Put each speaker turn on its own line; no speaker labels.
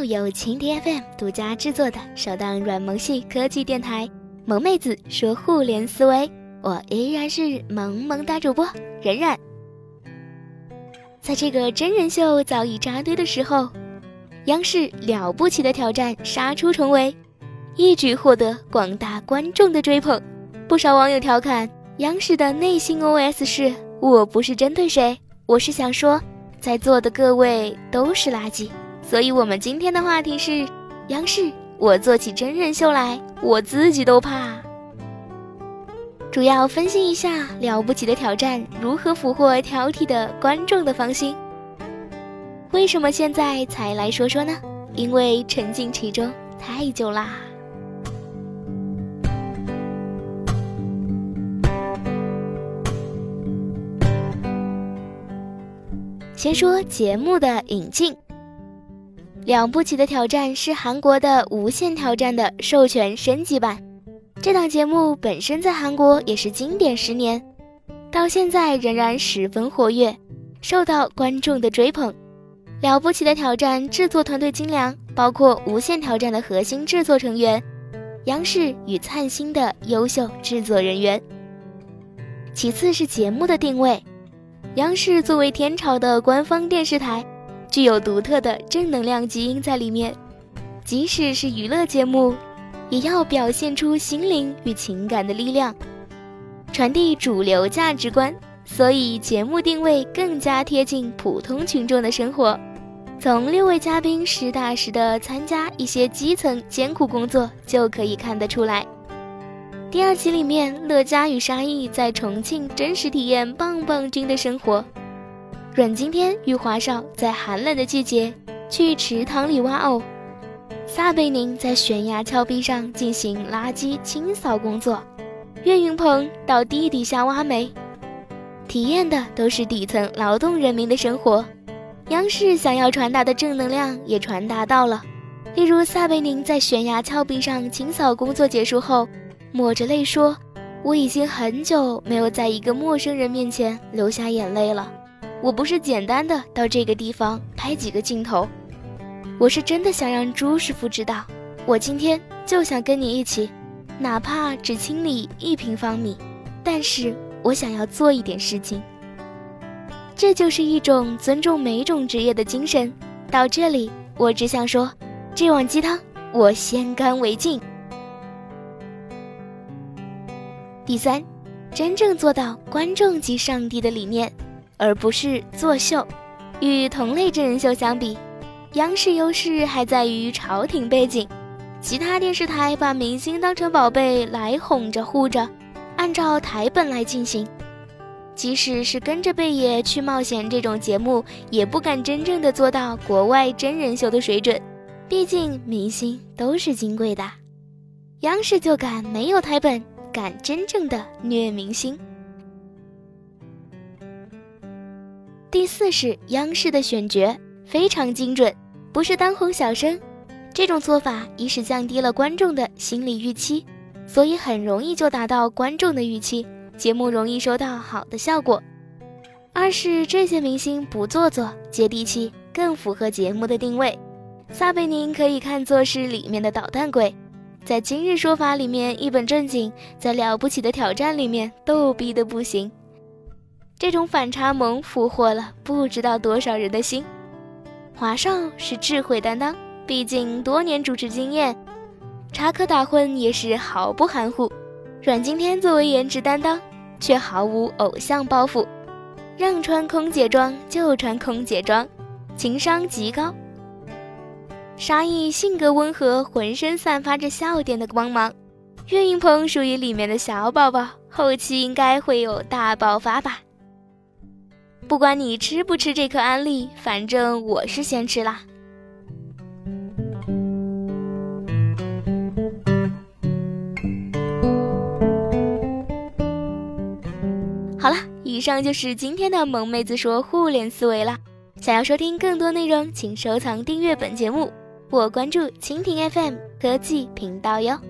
由蜻蜓 FM 独家制作的首档软萌系科技电台，萌妹子说互联思维，我依然是萌萌哒主播冉冉。在这个真人秀早已扎堆的时候，央视了不起的挑战杀出重围，一举获得广大观众的追捧。不少网友调侃央视的内心 OS 是：我不是针对谁，我是想说在座的各位都是垃圾。所以我们今天的话题是：央视，我做起真人秀来我自己都怕。主要分析一下了不起的挑战如何俘获挑剔的观众的芳心。为什么现在才来说说呢？因为沉浸其中太久啦。先说节目的引进。了不起的挑战是韩国的无限挑战的授权升级版，这档节目本身在韩国也是经典10年，到现在仍然十分活跃，受到观众的追捧。了不起的挑战制作团队精良，包括无限挑战的核心制作成员，央视与灿星的优秀制作人员。其次是节目的定位，央视作为天朝的官方电视台，具有独特的正能量基因在里面，即使是娱乐节目，也要表现出心灵与情感的力量，传递主流价值观，所以节目定位更加贴近普通群众的生活。从6位嘉宾实打实的参加一些基层艰苦工作就可以看得出来。第2期里面，乐嘉与沙溢在重庆真实体验棒棒军的生活，阮经天与华少在寒冷的季节去池塘里挖藕，撒贝宁在悬崖峭壁上进行垃圾清扫工作，岳云鹏到地底下挖煤，体验的都是底层劳动人民的生活。央视想要传达的正能量也传达到了，例如撒贝宁在悬崖峭壁上清扫工作结束后，抹着泪说：我已经很久没有在一个陌生人面前流下眼泪了，我不是简单的到这个地方拍几个镜头，我是真的想让朱师傅知道，我今天就想跟你一起，哪怕只清理1平方米，但是我想要做一点事情。这就是一种尊重每种职业的精神。到这里，我只想说，这碗鸡汤我先干为敬。第3，真正做到观众即上帝的理念，而不是作秀。与同类真人秀相比，央视优势还在于朝廷背景，其他电视台把明星当成宝贝来哄着护着，按照台本来进行。即使是跟着贝爷去冒险这种节目，也不敢真正的做到国外真人秀的水准，毕竟明星都是金贵的。央视就敢没有台本，敢真正的虐明星。第4是央视的选角非常精准，不是当红小生。这种做法一是降低了观众的心理预期，所以很容易就达到观众的预期，节目容易收到好的效果。2是这些明星不做作，接地气，更符合节目的定位。撒贝宁可以看作是里面的捣蛋鬼，在今日说法里面一本正经，在了不起的挑战里面逗逼的不行。这种反差萌俘获了不知道多少人的心。华少是智慧担当，毕竟多年主持经验，插科打诨也是毫不含糊。阮经天作为颜值担当，却毫无偶像包袱，让穿空姐装就穿空姐装，情商极高。沙溢性格温和，浑身散发着笑点的光芒。岳云鹏属于里面的小宝宝，后期应该会有大爆发吧。不管你吃不吃这颗安利，反正我是先吃啦。好了，以上就是今天的萌妹子说互联思维啦。想要收听更多内容，请收藏订阅本节目，我关注蜻蜓 FM 科技频道哟。